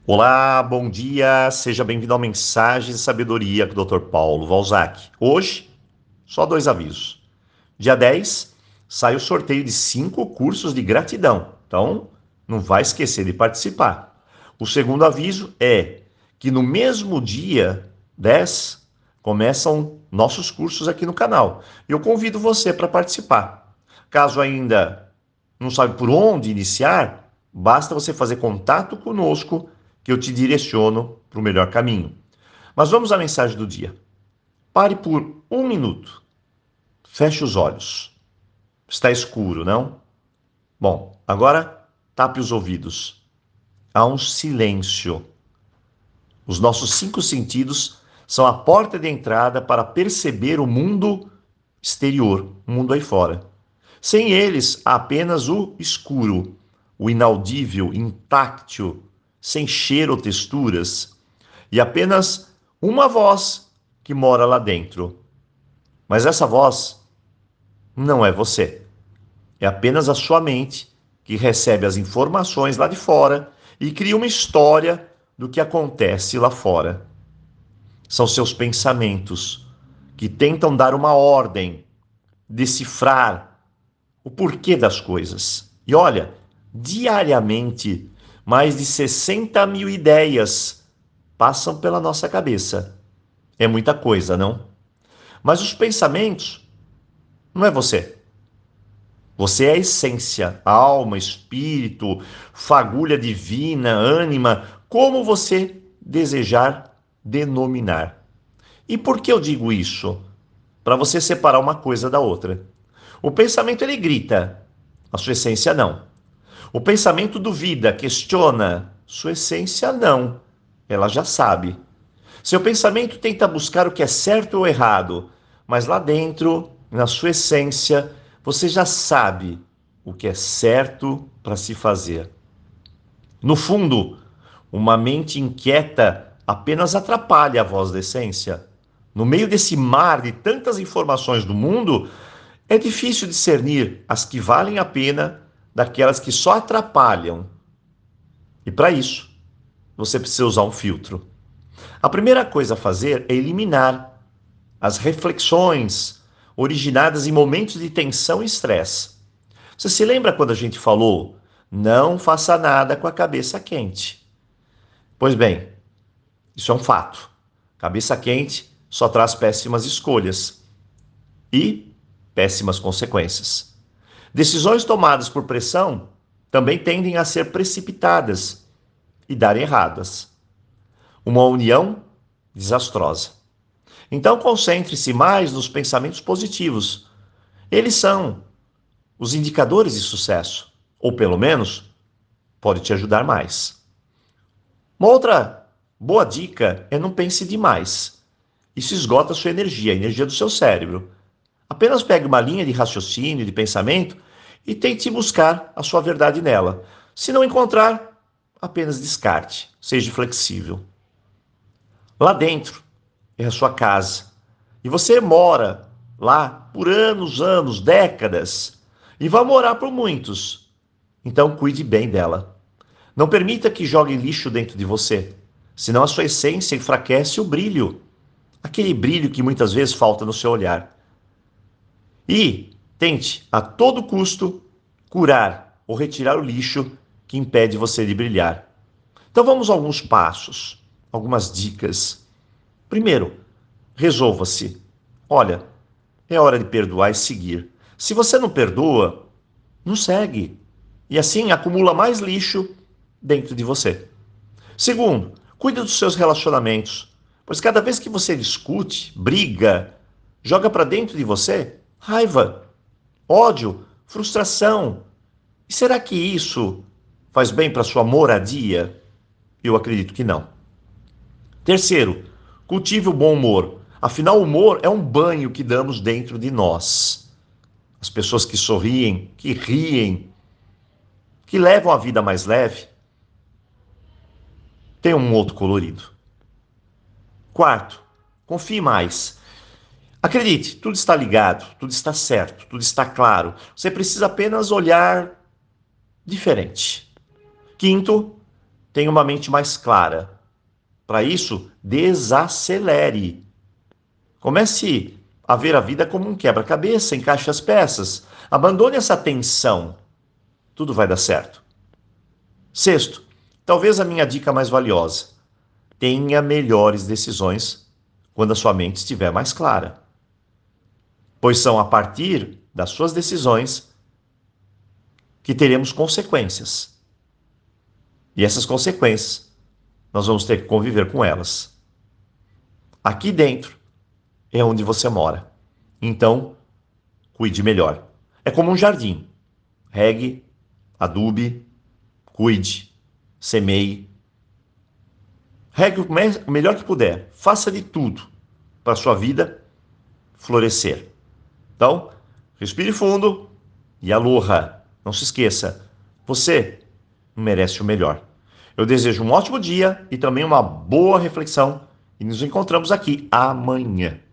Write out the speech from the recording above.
Olá, bom dia, seja bem-vindo ao Mensagens de Sabedoria com o Dr. Paulo Valzac. Hoje, só dois avisos. Dia 10, sai o sorteio de 5 cursos de gratidão, então não vai esquecer de participar. O segundo aviso é que no mesmo dia 10, começam nossos cursos aqui no canal. Eu convido você para participar. Caso ainda não sabe por onde iniciar, basta você fazer contato conosco que eu te direciono para o melhor caminho. Mas vamos à mensagem do dia. Pare por um minuto. Feche os olhos. Está escuro, não? Bom, agora tape os ouvidos. Há um silêncio. Os nossos 5 sentidos são a porta de entrada para perceber o mundo exterior, o mundo aí fora. Sem eles, há apenas o escuro, o inaudível, intáctil, sem cheiro ou texturas, e apenas uma voz que mora lá dentro. Mas essa voz não é você. É apenas a sua mente que recebe as informações lá de fora e cria uma história do que acontece lá fora. São seus pensamentos que tentam dar uma ordem, decifrar o porquê das coisas. E olha, diariamente, mais de 60 mil ideias passam pela nossa cabeça. É muita coisa, não? Mas os pensamentos não é você. Você é a essência, alma, espírito, fagulha divina, ânima, como você desejar denominar. E por que eu digo isso? Para você separar uma coisa da outra. O pensamento ele grita, a sua essência não. O pensamento duvida, questiona, sua essência não. Ela já sabe. Seu pensamento tenta buscar o que é certo ou errado, mas lá dentro, na sua essência, você já sabe o que é certo para se fazer. No fundo, uma mente inquieta apenas atrapalha a voz da essência. No meio desse mar de tantas informações do mundo, é difícil discernir as que valem a pena daquelas que só atrapalham. E para isso, você precisa usar um filtro. A primeira coisa a fazer é eliminar as reflexões originadas em momentos de tensão e estresse. Você se lembra quando a gente falou: não faça nada com a cabeça quente? Pois bem, isso é um fato. Cabeça quente só traz péssimas escolhas e péssimas consequências. Decisões tomadas por pressão também tendem a ser precipitadas e dar erradas. Uma união desastrosa. Então concentre-se mais nos pensamentos positivos. Eles são os indicadores de sucesso, ou pelo menos pode te ajudar mais. Uma outra boa dica é não pense demais. Isso esgota a sua energia, a energia do seu cérebro. Apenas pegue uma linha de raciocínio, de pensamento e tente buscar a sua verdade nela. Se não encontrar, apenas descarte, seja flexível. Lá dentro é a sua casa. E você mora lá por anos, anos, décadas. E vai morar por muitos. Então cuide bem dela. Não permita que joguem lixo dentro de você. Senão a sua essência enfraquece o brilho. Aquele brilho que muitas vezes falta no seu olhar. E tente, a todo custo, curar ou retirar o lixo que impede você de brilhar. Então vamos a alguns passos, algumas dicas. Primeiro, resolva-se. Olha, é hora de perdoar e seguir. Se você não perdoa, não segue. E assim acumula mais lixo dentro de você. Segundo, cuide dos seus relacionamentos. Pois cada vez que você discute, briga, joga para dentro de você raiva, ódio, frustração. E será que isso faz bem para sua moradia? Eu acredito que não. Terceiro, cultive o bom humor. Afinal, o humor é um banho que damos dentro de nós. As pessoas que sorriem, que riem, que levam a vida mais leve, têm um outro colorido. Quarto, confie mais. Acredite, tudo está ligado, tudo está certo, tudo está claro. Você precisa apenas olhar diferente. Quinto, tenha uma mente mais clara. Para isso, desacelere. Comece a ver a vida como um quebra-cabeça, encaixe as peças. Abandone essa tensão. Tudo vai dar certo. Sexto, talvez a minha dica mais valiosa. Tenha melhores decisões quando a sua mente estiver mais clara. Pois são a partir das suas decisões que teremos consequências. E essas consequências, nós vamos ter que conviver com elas. Aqui dentro é onde você mora. Então, cuide melhor. É como um jardim. Regue, adube, cuide, semeie. Regue o melhor que puder. Faça de tudo para a sua vida florescer. Então, respire fundo e aloha. Não se esqueça, você merece o melhor. Eu desejo um ótimo dia e também uma boa reflexão e nos encontramos aqui amanhã.